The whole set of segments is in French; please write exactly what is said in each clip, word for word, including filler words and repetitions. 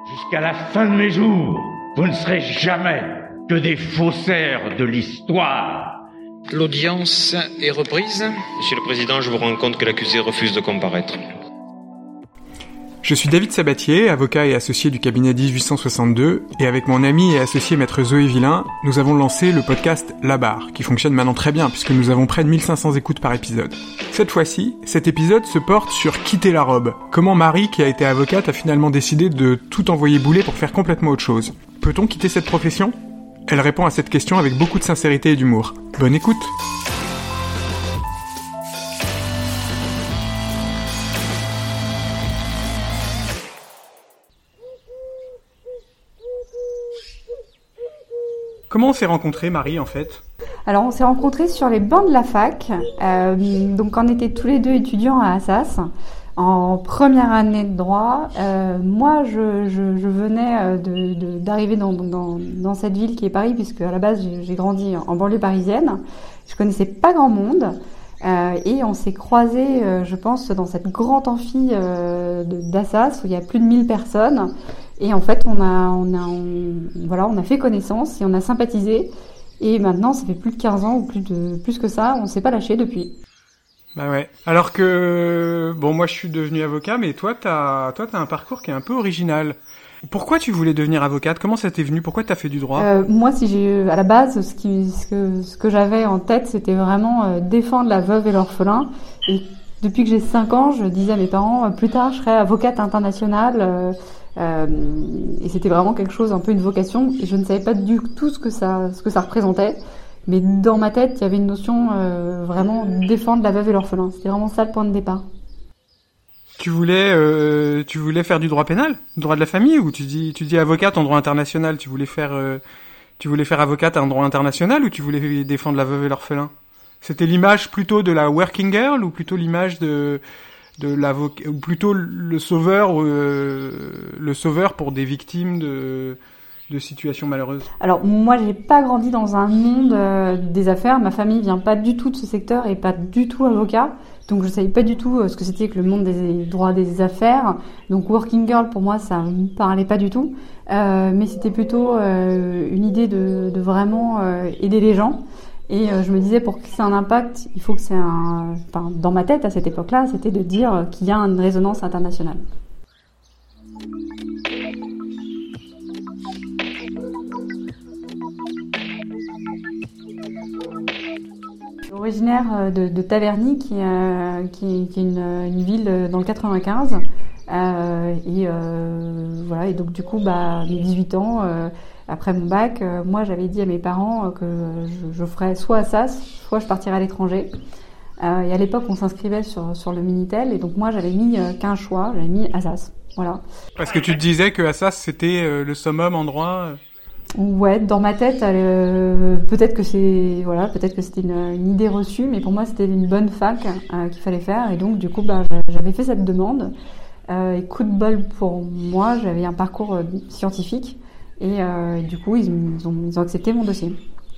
Jusqu'à la fin de mes jours, vous ne serez jamais que des faussaires de l'histoire. L'audience est reprise. Monsieur le Président, je vous rends compte que l'accusé refuse de comparaître. Je suis David Sabatier, avocat et associé du cabinet dix-huit cent soixante-deux, et avec mon ami et associé maître Zoé Villain, nous avons lancé le podcast La Barre, qui fonctionne maintenant très bien puisque nous avons près de mille cinq cents écoutes par épisode. Cette fois-ci, cet épisode se porte sur quitter la robe. Comment Marie, qui a été avocate, a finalement décidé de tout envoyer bouler pour faire complètement autre chose. Peut-on quitter cette profession ? Elle répond à cette question avec beaucoup de sincérité et d'humour. Bonne écoute ! Comment on s'est rencontrés, Marie, en fait ? Alors, on s'est rencontrés sur les bancs de la fac. Euh, donc, on était tous les deux étudiants à Assas, en première année de droit. Euh, moi, je, je, je venais de, de, d'arriver dans, dans, dans cette ville qui est Paris, puisque à la base, j'ai, j'ai grandi en banlieue parisienne. Je connaissais pas grand monde. Euh, et on s'est croisés, euh, je pense, dans cette grande amphi euh, de, d'Assas, où il y a plus de mille personnes. Et en fait, on a, on a, on, voilà, on a fait connaissance et on a sympathisé. Et maintenant, ça fait plus de quinze ans ou plus de, plus que ça, on s'est pas lâché depuis. Bah ouais. Alors que, bon, moi, je suis devenu avocat, mais toi, t'as, toi, t'as un parcours qui est un peu original. Pourquoi tu voulais devenir avocate ? Comment ça t'est venu ? Pourquoi t'as fait du droit ? euh, Moi, si j'ai, à la base, ce qui, ce que, ce que j'avais en tête, c'était vraiment euh, défendre la veuve et l'orphelin. Et depuis que j'ai cinq ans, je disais à mes parents, euh, plus tard, je serai avocate internationale. Euh, Euh, et c'était vraiment quelque chose, un peu une vocation, et je ne savais pas du tout ce que ça, ce que ça représentait, mais dans ma tête, il y avait une notion euh, vraiment défendre la veuve et l'orphelin. C'était vraiment ça le point de départ. Tu voulais, euh, tu voulais faire du droit pénal, du droit de la famille, ou tu dis, tu dis avocate en droit international. Tu voulais faire, euh, tu voulais faire avocate en droit international, ou tu voulais défendre la veuve et l'orphelin ? C'était l'image plutôt de la working girl, ou plutôt l'image de de l'avocat, ou plutôt le sauveur, euh, le sauveur pour des victimes de, de situations malheureuses. Alors moi, j'ai pas grandi dans un monde euh, des affaires. Ma famille vient pas du tout de ce secteur et pas du tout avocat, donc je savais pas du tout euh, ce que c'était que le monde des droits des affaires. Donc working girl pour moi, ça me parlait pas du tout, euh, mais c'était plutôt euh, une idée de, de vraiment euh, aider les gens. Et euh, je me disais, pour que ça ait un impact, il faut que c'est un... Enfin, dans ma tête, à cette époque-là, c'était de dire qu'il y a une résonance internationale. Je suis originaire de, de Taverny, qui, euh, qui, qui est une, une ville dans le quatre-vingt-quinze. Euh, et euh, voilà. Et donc, du coup, bah, mes dix-huit ans... Euh, Après mon bac, euh, moi j'avais dit à mes parents que je, je ferais soit Assas, soit je partirais à l'étranger. Euh, et à l'époque, on s'inscrivait sur, sur le Minitel, et donc moi j'avais mis euh, qu'un choix, j'avais mis Assas. Voilà. Parce que tu te disais que Assas c'était euh, le summum en droit. Ouais, dans ma tête, euh, peut-être que c'est voilà, peut-être que c'était une, une idée reçue, mais pour moi c'était une bonne fac euh, qu'il fallait faire, et donc du coup, bah, j'avais fait cette demande. Euh, et coup de bol pour moi, j'avais un parcours euh, scientifique. Et euh, du coup, ils, ils, ont, ils ont accepté mon dossier.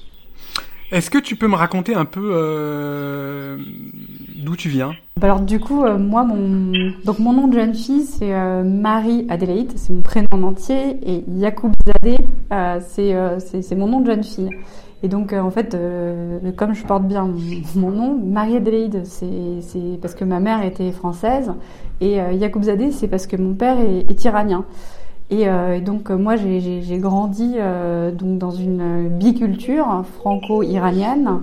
Est-ce que tu peux me raconter un peu euh, d'où tu viens ? Alors du coup, euh, moi, mon donc mon nom de jeune fille, c'est euh, Marie Adélaïde, c'est mon prénom en entier, et Yacoubzadeh, euh, c'est, euh, c'est c'est mon nom de jeune fille. Et donc, euh, en fait, euh, comme je porte bien mon, mon nom, Marie Adélaïde, c'est c'est parce que ma mère était française, et euh, Yacoubzadeh, c'est parce que mon père est, est iranien. Et euh, donc euh, moi j'ai, j'ai, j'ai grandi euh, donc dans une biculture franco-iranienne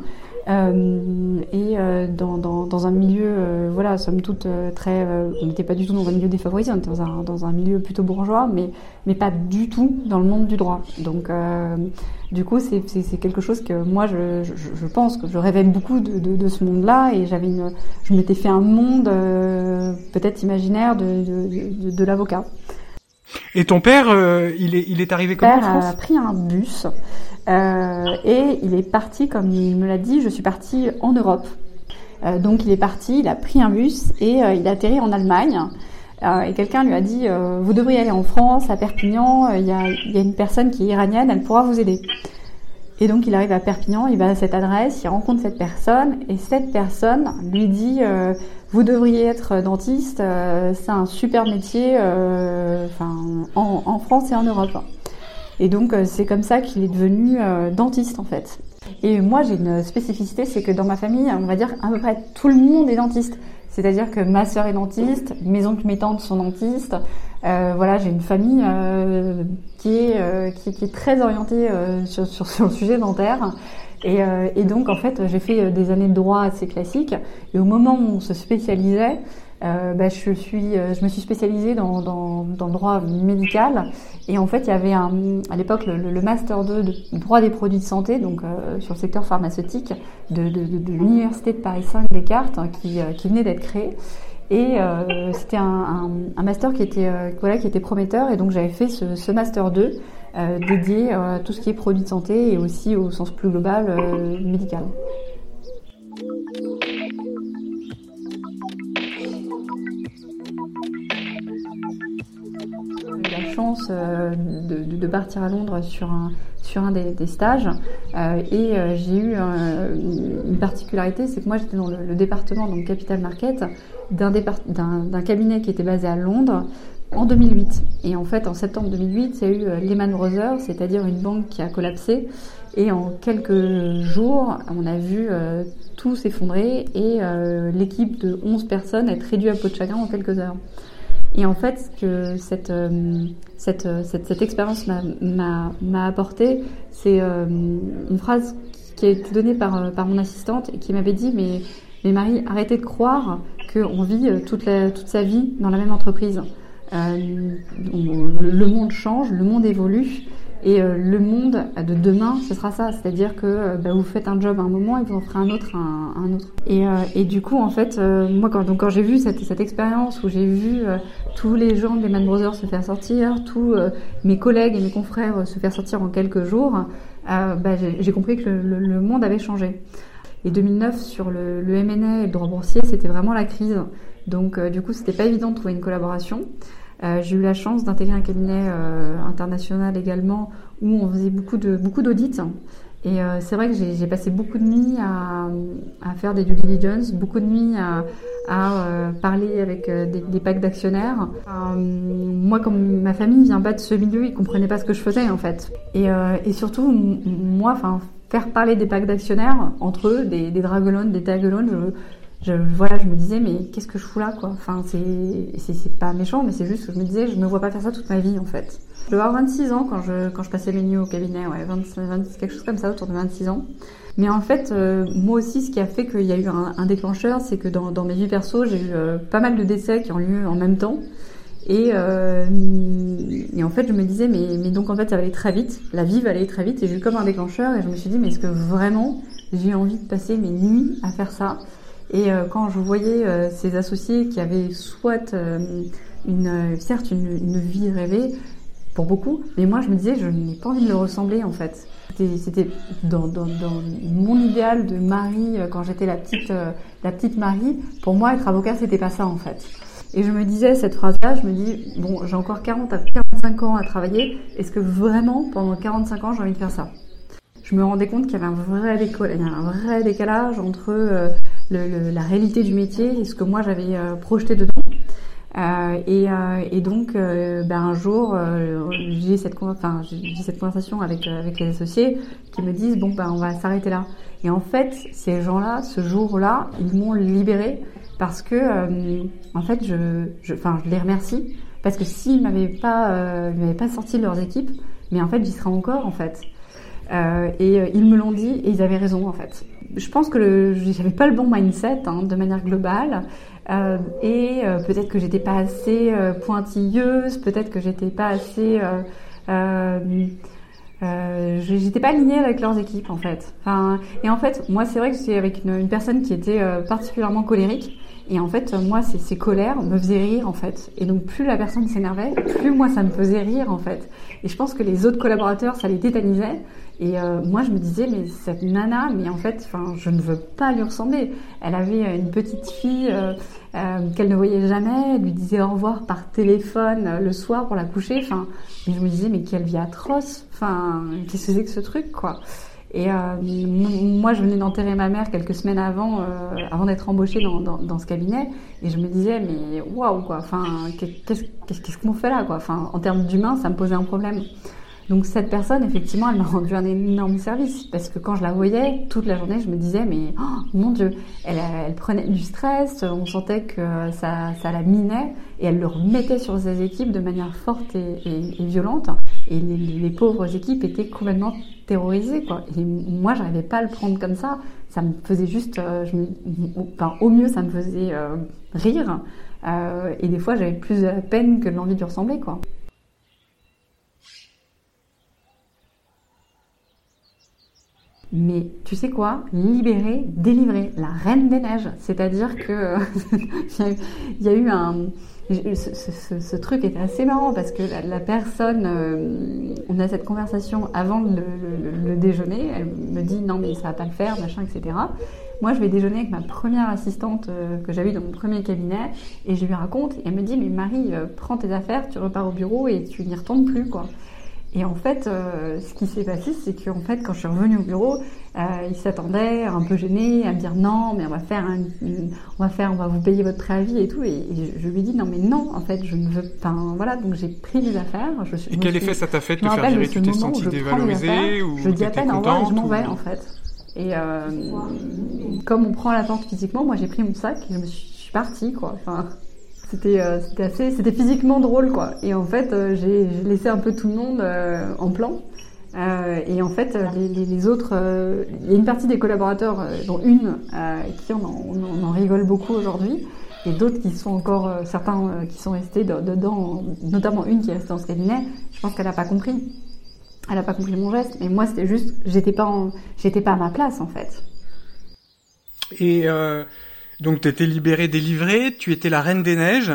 euh, et euh, dans, dans, dans un milieu euh, voilà somme toute euh, très euh, on n'était pas du tout dans un milieu défavorisé, on était dans un, dans un milieu plutôt bourgeois, mais mais pas du tout dans le monde du droit. Donc euh, du coup c'est, c'est c'est quelque chose que moi je, je je pense que je rêvais beaucoup de de, de ce monde-là, et j'avais une je m'étais fait un monde euh, peut-être imaginaire de de, de, de l'avocat. Et ton père, euh, il est, il est arrivé comment en France ? Mon père a pris un bus euh, et il est parti, comme il me l'a dit, je suis partie en Europe. Euh, donc il est parti, il a pris un bus et euh, il a atterri en Allemagne. Euh, et quelqu'un lui a dit euh, « Vous devriez aller en France, à Perpignan, il euh, y, a, y a une personne qui est iranienne, elle pourra vous aider ». Et donc il arrive à Perpignan, il va à cette adresse, il rencontre cette personne et cette personne lui dit euh, vous devriez être dentiste, euh, c'est un super métier euh, enfin, en, en France et en Europe. Et donc euh, c'est comme ça qu'il est devenu euh, dentiste en fait. Et moi j'ai une spécificité, c'est que dans ma famille, on va dire à peu près tout le monde est dentiste. C'est-à-dire que ma sœur est dentiste, mes oncles, mes tantes sont dentistes. Euh, voilà, j'ai une famille euh, qui est euh, qui, qui est très orientée euh, sur, sur sur le sujet dentaire. Et, euh, et donc en fait, j'ai fait des années de droit assez classiques. Et au moment où on se spécialisait, euh, bah, je suis, je me suis spécialisée dans dans dans le droit médical. Et en fait, il y avait un, à l'époque le, le master deux de droit des produits de santé, donc euh, sur le secteur pharmaceutique, de, de, de, de l'université de Paris cinq Descartes, hein, qui, euh, qui venait d'être créé. Et euh, c'était un, un, un master qui était, euh, voilà, qui était prometteur. Et donc j'avais fait ce, ce master deux euh, dédié euh, à tout ce qui est produits de santé et aussi au sens plus global euh, médical. La chance euh, de, de, de partir à Londres sur un, sur un des, des stages euh, et euh, j'ai eu euh, une particularité, c'est que moi j'étais dans le, le département, donc Capital Market, d'un, départ, d'un, d'un cabinet qui était basé à Londres en deux mille huit. Et en fait, en septembre deux mille huit, il y a eu euh, Lehman Brothers, c'est-à-dire une banque qui a collapsé. Et en quelques jours, on a vu euh, tout s'effondrer et euh, l'équipe de onze personnes être réduite à peau de chagrin en quelques heures. Et en fait, ce que cette, euh, cette, cette, cette expérience m'a, m'a, m'a apporté, c'est euh, une phrase qui a été donnée par, par mon assistante et qui m'avait dit « Mais, mais Marie, arrêtez de croire qu'on vit toute, la, toute sa vie dans la même entreprise. Euh, le, le monde change, le monde évolue. Et euh, le monde de demain, ce sera ça, c'est-à-dire que euh, bah, vous faites un job à un moment et vous en ferez un autre à un, un autre. Et, euh, et du coup, en fait, euh, moi, quand, donc, quand j'ai vu cette, cette expérience où j'ai vu euh, tous les gens de Lehman Brothers se faire sortir, tous euh, mes collègues et mes confrères se faire sortir en quelques jours, euh, bah, j'ai, j'ai compris que le, le, le monde avait changé. Et deux mille neuf, sur le, le M and A et le droit boursier, c'était vraiment la crise. Donc, euh, du coup, c'était pas évident de trouver une collaboration. Euh, j'ai eu la chance d'intégrer un cabinet euh, international également où on faisait beaucoup de beaucoup d'audits et euh, c'est vrai que j'ai, j'ai passé beaucoup de nuits à, à faire des due diligence, beaucoup de nuits à, à euh, parler avec euh, des, des packs d'actionnaires. Euh, moi, comme ma famille vient pas de ce milieu, ils comprenaient pas ce que je faisais en fait. Et, euh, et surtout, m- moi, enfin, faire parler des packs d'actionnaires entre eux, des, des drag loans, des tag loans, je, Je, voilà, je me disais, mais qu'est-ce que je fous là, quoi. Enfin, c'est, c'est, c'est pas méchant, mais c'est juste que je me disais, je me vois pas faire ça toute ma vie, en fait. Je devais avoir vingt-six ans quand je, quand je passais mes nuits au cabinet, ouais, vingt, vingt, quelque chose comme ça, autour de vingt-six ans. Mais en fait, euh, moi aussi, ce qui a fait qu'il y a eu un, un déclencheur, c'est que dans, dans mes vies perso, j'ai eu euh, pas mal de décès qui ont lieu en même temps. Et, euh, et en fait, je me disais, mais, mais donc en fait, ça va aller très vite. La vie va aller très vite. Et j'ai eu comme un déclencheur, et je me suis dit, mais est-ce que vraiment j'ai envie de passer mes nuits à faire ça? Et euh, quand je voyais euh, ces associés qui avaient soit euh, une, euh, certes une, une vie rêvée pour beaucoup, mais moi je me disais je n'ai pas envie de le ressembler en fait. C'était, c'était dans, dans, dans mon idéal de Marie euh, quand j'étais la petite euh, la petite Marie. Pour moi être avocat c'était pas ça en fait. Et je me disais cette phrase-là, je me dis bon j'ai encore quarante à quarante-cinq ans à travailler. Est-ce que vraiment pendant quarante-cinq ans j'ai envie de faire ça? Je me rendais compte qu'il y avait un vrai décalage, il y avait un vrai décalage entre euh, Le, le, la réalité du métier et ce que moi j'avais euh, projeté dedans. Euh, et, euh, et donc, euh, ben, un jour, euh, j'ai cette, enfin, j'ai cette conversation avec euh, avec les associés qui me disent bon ben on va s'arrêter là. Et en fait, ces gens-là, ce jour-là, ils m'ont libérée parce que euh, en fait, je, je, enfin, je les remercie parce que s'ils m'avaient pas, euh, ils m'avaient pas sorti de leurs équipes, mais en fait, j'y serais encore en fait. Euh, et euh, ils me l'ont dit et ils avaient raison en fait. Je pense que le, j'avais pas le bon mindset hein, de manière globale euh, et euh, peut-être que j'étais pas assez euh, pointilleuse, peut-être que j'étais pas assez, euh, euh, euh, j'étais pas alignée avec leurs équipes en fait. Enfin, et en fait, moi c'est vrai que c'est avec une, une personne qui était euh, particulièrement colérique. Et en fait, moi, ces, ces colères me faisaient rire, en fait. Et donc, plus la personne s'énervait, plus moi, ça me faisait rire, en fait. Et je pense que les autres collaborateurs, ça les tétanisait. Et euh, moi, je me disais, mais cette nana, mais en fait, enfin, je ne veux pas lui ressembler. Elle avait une petite fille euh, euh, qu'elle ne voyait jamais. Elle lui disait au revoir par téléphone euh, le soir pour la coucher. Enfin, et je me disais, mais quelle vie atroce. Enfin, qu'est-ce que c'est que ce truc, quoi. Et euh, moi, je venais d'enterrer ma mère quelques semaines avant, euh, avant d'être embauchée dans, dans, dans ce cabinet, et je me disais, mais waouh, quoi. Enfin, qu'est-ce, qu'est-ce, qu'est-ce qu'on fait là, quoi. Enfin, en termes d'humain, ça me posait un problème. Donc cette personne, effectivement, elle m'a rendu un énorme service, parce que quand je la voyais toute la journée, je me disais, mais oh, mon Dieu, elle, elle prenait du stress, on sentait que ça, ça la minait, et elle le remettait sur ses équipes de manière forte et, et, et violente, et les, les pauvres équipes étaient complètement terrorisées, quoi. Et moi, j'arrivais pas à le prendre comme ça, ça me faisait juste, euh, je me, enfin, au mieux, ça me faisait euh, rire, euh, et des fois, j'avais plus de la peine que de l'envie de lui ressembler, quoi. Mais tu sais quoi? Libérer, délivrer, la reine des neiges. C'est-à-dire que il y a eu un... Ce, ce, ce truc était assez marrant parce que la, la personne... Euh, on a cette conversation avant le, le, le déjeuner. Elle me dit non mais ça va pas le faire, machin, et cetera. Moi je vais déjeuner avec ma première assistante euh, que j'avais eu dans mon premier cabinet et je lui raconte. Et elle me dit mais Marie, euh, prends tes affaires, tu repars au bureau et tu n'y retournes plus, quoi. Et en fait, euh, ce qui s'est passé, c'est qu'en fait, quand je suis revenue au bureau, euh, il s'attendait, un peu gêné, à me dire non, mais on va faire, un, une, on va faire, on va vous payer votre préavis et tout. Et, et je lui ai dit non, mais non, en fait, je ne veux pas. Enfin, voilà, donc j'ai pris des affaires. Je, et quel suis, effet ça t'a fait de te faire virer? Tu t'es sentie dévalorisée ou je dis à peine au revoir et je m'en vais, ou... en fait. Et euh, comme on prend la porte physiquement, moi j'ai pris mon sac et je me suis, je suis partie, quoi. Enfin. C'était, euh, c'était assez, c'était physiquement drôle, quoi. Et en fait, euh, j'ai, j'ai laissé un peu tout le monde euh, en plan. Euh, et en fait, les, les, les autres, euh, il y a une partie des collaborateurs, euh, dont une, euh, qui on en, on en rigole beaucoup aujourd'hui, et d'autres qui sont encore, euh, certains euh, qui sont restés de, dedans, notamment une qui est restée dans ce cabinet. Je pense qu'elle n'a pas compris. Elle n'a pas compris mon geste. Mais moi, c'était juste, j'étais pas, en, j'étais pas à ma place, en fait. Et euh... Donc, tu étais libérée, délivrée, tu étais la reine des neiges.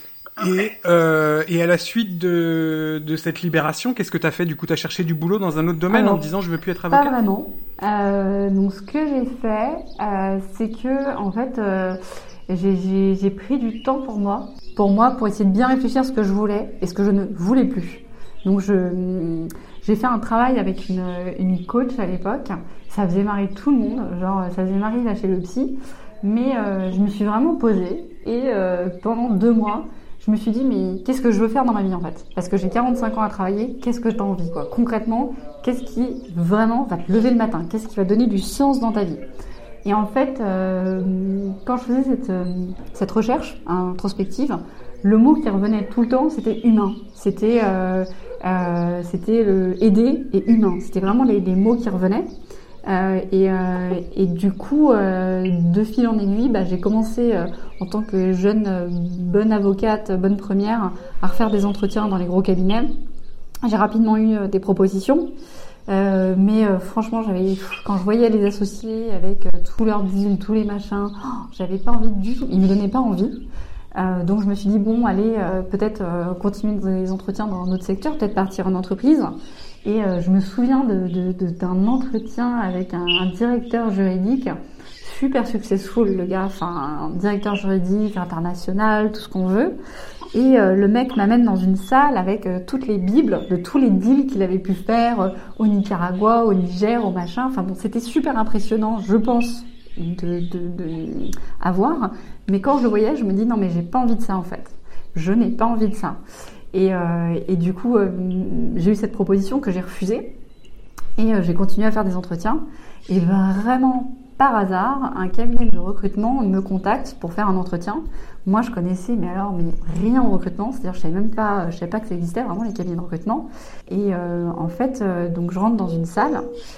Et, euh, et à la suite de, de cette libération, qu'est-ce que tu as fait? Du coup, tu as cherché du boulot dans un autre domaine Alors, en te disant « je veux plus être avocate » ? Pas vraiment. Euh, donc, ce que j'ai fait, euh, c'est que, en fait, euh, j'ai, j'ai, j'ai pris du temps pour moi, pour moi, pour essayer de bien réfléchir à ce que je voulais et ce que je ne voulais plus. Donc, je, j'ai fait un travail avec une, une coach à l'époque. Ça faisait marrer tout le monde. Genre, ça faisait marrer là chez le psy. Mais euh, je me suis vraiment posée et euh, pendant deux mois, je me suis dit mais qu'est-ce que je veux faire dans ma vie en fait? Parce que j'ai quarante-cinq ans à travailler, qu'est-ce que t'as envie quoi? Concrètement, qu'est-ce qui vraiment va te lever le matin? Qu'est-ce qui va donner du sens dans ta vie? Et en fait, euh, quand je faisais cette, euh, cette recherche introspective, le mot qui revenait tout le temps, c'était humain. C'était, euh, euh, c'était le aider et humain. C'était vraiment les, les mots qui revenaient. Euh, et, euh, et du coup, euh, de fil en aiguille, bah, j'ai commencé euh, en tant que jeune euh, bonne avocate, bonne première, à refaire des entretiens dans les gros cabinets. J'ai rapidement eu euh, des propositions, euh, mais euh, franchement, j'avais, quand je voyais les associés avec euh, tous leurs deals, tous les machins, oh, j'avais pas envie du tout. Ils me donnaient pas envie. Euh, donc je me suis dit bon, allez, euh, peut-être euh, continuer des entretiens dans un autre secteur, peut-être partir en entreprise. Et euh, je me souviens de, de, de, d'un entretien avec un, un directeur juridique, super successful le gars, enfin un directeur juridique international, tout ce qu'on veut. Et euh, le mec m'amène dans une salle avec euh, toutes les bibles de tous les deals qu'il avait pu faire euh, au Nicaragua, au Niger, au machin. Enfin bon, c'était super impressionnant, je pense, de, de, de à voir. Mais quand je le voyais, je me dis non mais j'ai pas envie de ça en fait. Je n'ai pas envie de ça. Et, euh, et du coup, euh, j'ai eu cette proposition que j'ai refusée. Et euh, j'ai continué à faire des entretiens. Et vraiment, par hasard, un cabinet de recrutement me contacte pour faire un entretien. Moi, je connaissais, mais alors, mais rien au recrutement. C'est-à-dire, je savais même pas, je savais pas que ça existait vraiment les cabinets de recrutement. Et euh, en fait, euh, donc je rentre dans une salle.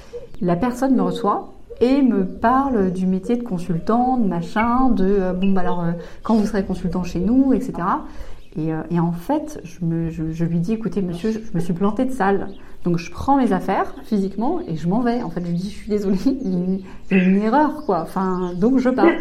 La personne me reçoit et me parle du métier de consultant, de machin, de euh, bon bah alors euh, quand vous serez consultant chez nous, et cetera. Et, euh, et en fait, je, me, je, je lui dis, écoutez, monsieur, je, je me suis plantée de salle. Donc, je prends mes affaires, physiquement, et je m'en vais. En fait, je lui dis, je suis désolée, il y a une erreur, quoi. Enfin, donc je pars.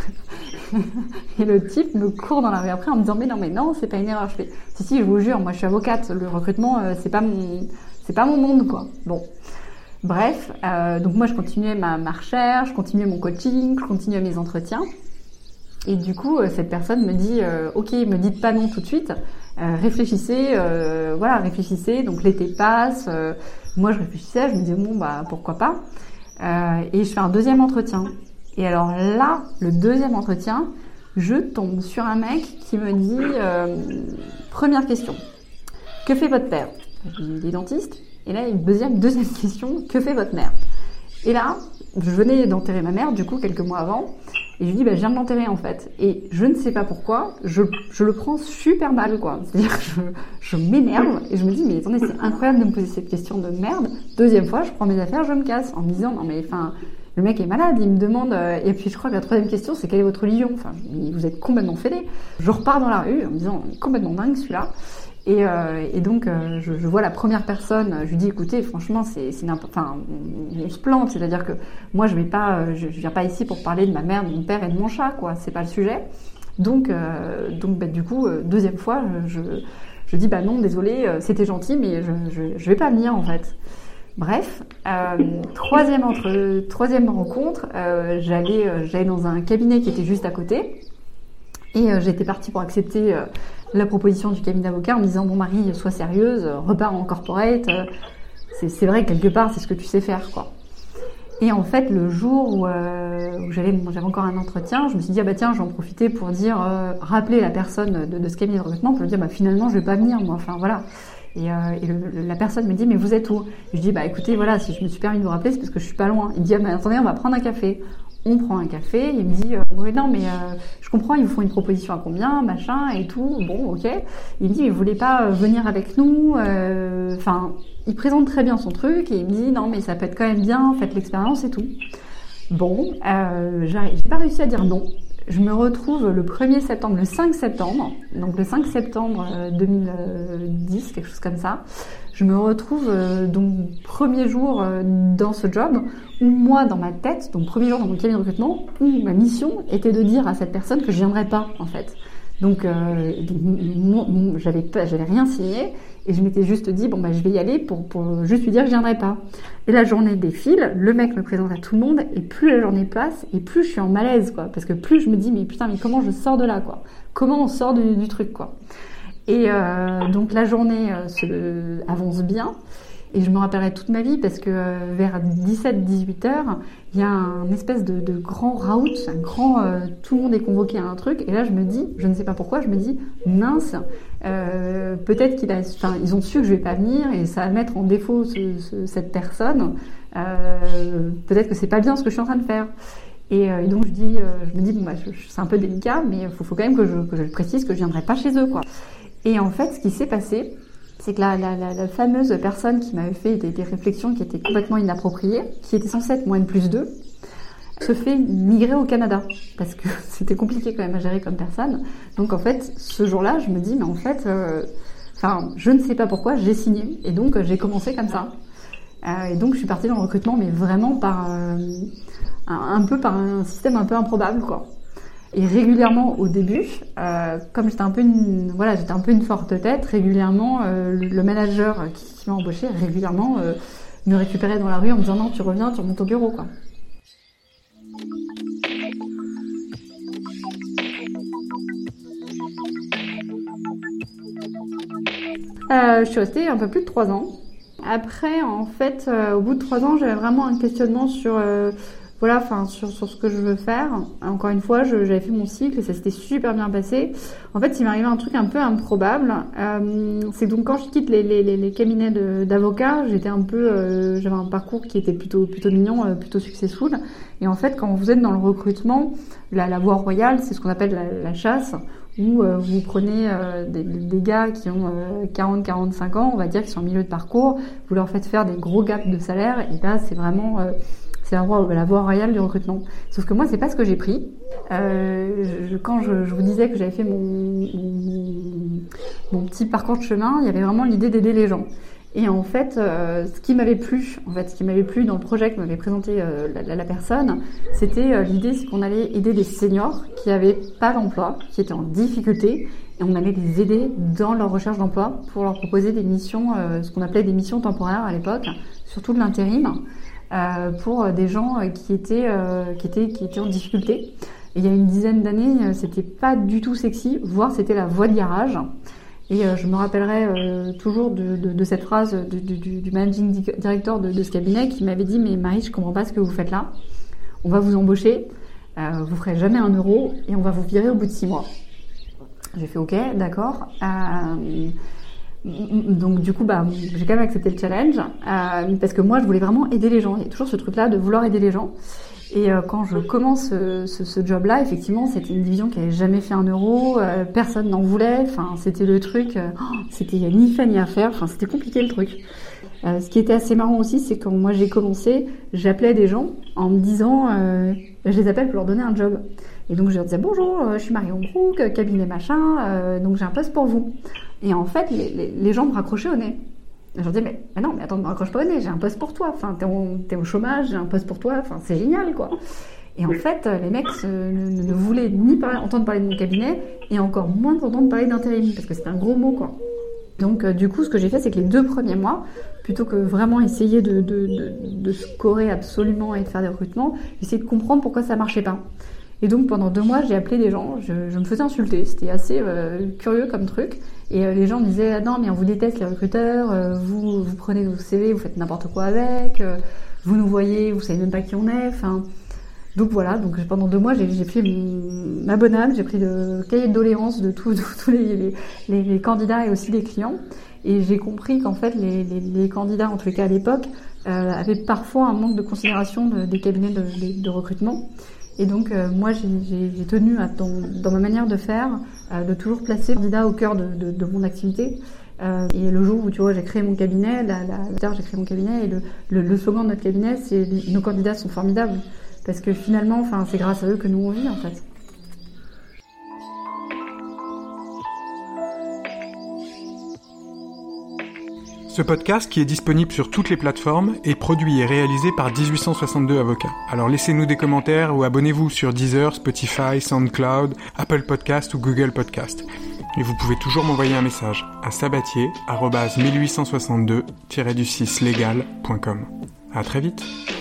Et le type me court dans la rue après en me disant, mais non, mais non, c'est pas une erreur. Je fais, si, si, je vous jure, moi, je suis avocate. Le recrutement, euh, c'est pas mon, c'est pas mon monde, quoi. Bon. Bref, euh, donc moi, je continuais ma, ma recherche, je continuais mon coaching, je continuais mes entretiens. Et du coup, cette personne me dit, euh, ok, me dites pas non tout de suite, euh, réfléchissez, euh, voilà, réfléchissez. Donc l'été passe, euh, moi, je réfléchissais, je me disais, bon, bah, pourquoi pas. Euh, et je fais un deuxième entretien. Et alors là, le deuxième entretien, je tombe sur un mec qui me dit, euh, première question, que fait votre père? Je dis, il est dentiste. Et là, une deuxième, deuxième question, que fait votre mère? Et là, je venais d'enterrer ma mère, du coup, quelques mois avant. Et je lui dis, bah, je viens de l'enterrer, en fait. Et je ne sais pas pourquoi, je, je le prends super mal, quoi. C'est-à-dire que je, je m'énerve et je me dis, mais attendez, c'est incroyable de me poser cette question de merde. Deuxième fois, je prends mes affaires, je me casse, en me disant, non, mais, enfin, le mec est malade, il me demande, euh, et puis je crois que la troisième question, c'est quelle est votre religion? Enfin, vous êtes complètement fédé. Je repars dans la rue en me disant, il est complètement dingue, celui-là. Et, euh, et donc, euh, je, je vois la première personne, je lui dis, écoutez, franchement, c'est, c'est n'importe, enfin, on, on se plante, c'est-à-dire que moi, je vais pas, je, je viens pas ici pour parler de ma mère, de mon père et de mon chat, quoi, c'est pas le sujet. Donc, euh, donc, bah, du coup, euh, deuxième fois, je, je, je dis, bah non, désolé, euh, c'était gentil, mais je, je, je vais pas venir, en fait. Bref, euh, troisième entre, troisième rencontre, euh, j'allais, euh, j'allais dans un cabinet qui était juste à côté, et euh, j'étais partie pour accepter euh, la proposition du cabinet d'avocat en me disant, bon Marie, sois sérieuse, repars en corporate, euh, c'est, c'est vrai quelque part c'est ce que tu sais faire, quoi. Et en fait, le jour où, euh, où j'allais, j'avais encore un entretien, je me suis dit, ah bah tiens, je vais en profiter pour dire, euh, rappeler la personne de, de ce cabinet de recrutement pour lui dire, bah finalement je vais pas venir, moi, enfin voilà. Et, euh, et le, la personne me dit, mais vous êtes où? Je dis, bah écoutez, voilà, si je me suis permis de vous rappeler, c'est parce que je suis pas loin. Il me dit, ah bah attendez, on va prendre un café. On prend un café, il me dit, euh, oui, non, mais euh, je comprends, ils vous font une proposition à combien, machin, et tout, bon, ok. Il me dit, mais vous voulez pas euh, venir avec nous? Enfin, euh, il présente très bien son truc, et il me dit, non, mais ça peut être quand même bien, faites l'expérience et tout. Bon, euh, j'ai pas réussi à dire non. Je me retrouve le premier septembre, le cinq septembre, donc le cinq septembre deux mille dix, quelque chose comme ça. Je me retrouve euh, donc premier jour euh, dans ce job où moi dans ma tête, donc premier jour dans mon cabinet de recrutement, où ma mission était de dire à cette personne que je viendrais pas en fait. Donc, euh, donc mon, mon, j'avais pas, j'avais rien signé et je m'étais juste dit bon bah je vais y aller pour pour juste lui dire que je viendrai pas. Et la journée défile, le mec me présente à tout le monde et plus la journée passe et plus je suis en malaise quoi, parce que plus je me dis mais putain mais comment je sors de là quoi, comment on sort du, du truc quoi. Et euh, donc la journée euh, se, avance bien et je me rappellerai toute ma vie parce que euh, vers dix-sept dix-huit heures, il y a un espèce de, de grand raout, un grand, euh, tout le monde est convoqué à un truc et là je me dis, je ne sais pas pourquoi, je me dis mince, euh, peut-être qu'il a, enfin ils ont su que je vais pas venir et ça va mettre en défaut ce, ce, cette personne, euh, peut-être que c'est pas bien ce que je suis en train de faire. Et, euh, et donc je dis, euh, je me dis bon bah je, c'est un peu délicat mais il faut, faut quand même que je, que je précise que je viendrai pas chez eux quoi. Et en fait, ce qui s'est passé, c'est que la, la, la, la fameuse personne qui m'avait fait des, des réflexions qui étaient complètement inappropriées, qui était censée être mon N plus deux, se fait migrer au Canada. Parce que c'était compliqué quand même à gérer comme personne. Donc en fait, ce jour-là, je me dis, mais en fait, euh, enfin, je ne sais pas pourquoi, j'ai signé. Et donc, j'ai commencé comme ça. Euh, et donc, je suis partie dans le recrutement, mais vraiment par euh, un, un peu par un système un peu improbable, quoi. Et régulièrement au début, euh, comme j'étais un peu une, voilà, j'étais un peu une forte tête, régulièrement euh, le, le manager qui, qui m'a embauché régulièrement euh, me récupérait dans la rue en me disant non, tu reviens, tu remontes au bureau quoi. Euh, je suis restée un peu plus de trois ans. Après, en fait, euh, au bout de trois ans, j'avais vraiment un questionnement sur euh, Voilà, enfin sur sur ce que je veux faire. Encore une fois, je, j'avais fait mon cycle et ça s'était super bien passé. En fait, il m'est arrivé un truc un peu improbable. Euh, c'est donc quand je quitte les les les, les cabinets de, d'avocats, j'étais un peu, euh, j'avais un parcours qui était plutôt plutôt mignon, euh, plutôt successful. Et en fait, quand vous êtes dans le recrutement, la, la voie royale, c'est ce qu'on appelle la, la chasse, où euh, vous prenez euh, des, des gars qui ont euh, quarante à quarante-cinq ans, on va dire, qui sont en milieu de parcours, vous leur faites faire des gros gaps de salaire. Et là, c'est vraiment euh, c'est la voie, la voie royale du recrutement. Sauf que moi, c'est pas ce que j'ai pris. Euh, je, quand je, je vous disais que j'avais fait mon, mon, mon petit parcours de chemin, il y avait vraiment l'idée d'aider les gens. Et en fait, euh, ce qui m'avait plu, en fait, ce qui m'avait plu dans le projet que m'avait présenté euh, la, la personne, c'était euh, l'idée, c'est qu'on allait aider des seniors qui avaient pas d'emploi, qui étaient en difficulté, et on allait les aider dans leur recherche d'emploi pour leur proposer des missions, euh, ce qu'on appelait des missions temporaires à l'époque, surtout de l'intérim. Euh, pour des gens qui étaient euh, qui étaient qui étaient en difficulté. Et il y a une dizaine d'années, c'était pas du tout sexy, voire c'était la voie de garage. Et euh, je me rappellerai euh, toujours de, de, de cette phrase du, du, du managing director de, de ce cabinet qui m'avait dit « Mais Marie, je comprends pas ce que vous faites là. On va vous embaucher, euh, vous ferez jamais un euro et on va vous virer au bout de six mois. » J'ai fait « Ok, d'accord. Euh, » Donc du coup, bah, j'ai quand même accepté le challenge euh, parce que moi, je voulais vraiment aider les gens. Il y a toujours ce truc-là de vouloir aider les gens. Et euh, quand je commence ce, ce, ce job-là, effectivement, c'était une division qui avait jamais fait un euro, euh, personne n'en voulait. Enfin, c'était le truc, euh, oh, c'était ni fait ni à faire. Enfin, c'était compliqué le truc. Euh, ce qui était assez marrant aussi, c'est quand moi j'ai commencé, j'appelais des gens en me disant, euh, je les appelle pour leur donner un job. Et donc je leur disais bonjour, euh, je suis Marion Brook, cabinet machin, euh, donc j'ai un poste pour vous. Et en fait, les, les, les gens me raccrochaient au nez. Je leur disais, mais, mais non, mais attends, ne me raccroche pas au nez, j'ai un poste pour toi. Enfin, t'es, en, t'es au chômage, j'ai un poste pour toi. Enfin, c'est génial, quoi. Et en fait, les mecs euh, ne, ne voulaient ni parler, entendre parler de mon cabinet, et encore moins entendre parler d'intérim, parce que c'était un gros mot, quoi. Donc, euh, du coup, ce que j'ai fait, c'est que les deux premiers mois, plutôt que vraiment essayer de, de, de, de scorer absolument et de faire des recrutements, j'ai essayé de comprendre pourquoi ça marchait pas. Et donc, pendant deux mois, j'ai appelé des gens, je, je me faisais insulter. C'était assez euh, curieux comme truc. Et euh, les gens me disaient ah, « Non, mais on vous déteste, les recruteurs, euh, vous, vous prenez vos C V, vous faites n'importe quoi avec, euh, vous nous voyez, vous savez même pas qui on est. » Enfin, donc voilà, donc pendant deux mois, j'ai, j'ai pris mon, ma bonne âme, j'ai pris le cahier de doléances de tous les, les, les, les candidats et aussi les clients. Et j'ai compris qu'en fait, les, les, les candidats, en tous les cas à l'époque, euh, avaient parfois un manque de considération de, des cabinets de, de, de recrutement. Et donc, euh, moi, j'ai, j'ai, j'ai tenu à, dans, dans ma manière de faire, euh, de toujours placer le candidat au cœur de, de, de mon activité. Euh, et le jour où, tu vois, j'ai créé mon cabinet, la, la, j'ai créé mon cabinet, et le, le, le slogan de notre cabinet, c'est « Nos candidats sont formidables ». Parce que finalement, enfin, c'est grâce à eux que nous, on vit, en fait. Ce podcast, qui est disponible sur toutes les plateformes, est produit et réalisé par dix-huit cent soixante-deux Avocats. Alors laissez-nous des commentaires ou abonnez-vous sur Deezer, Spotify, SoundCloud, Apple Podcast ou Google Podcast. Et vous pouvez toujours m'envoyer un message à sabatier arobase mille huit cent soixante-deux tiret du six légal point com. À très vite.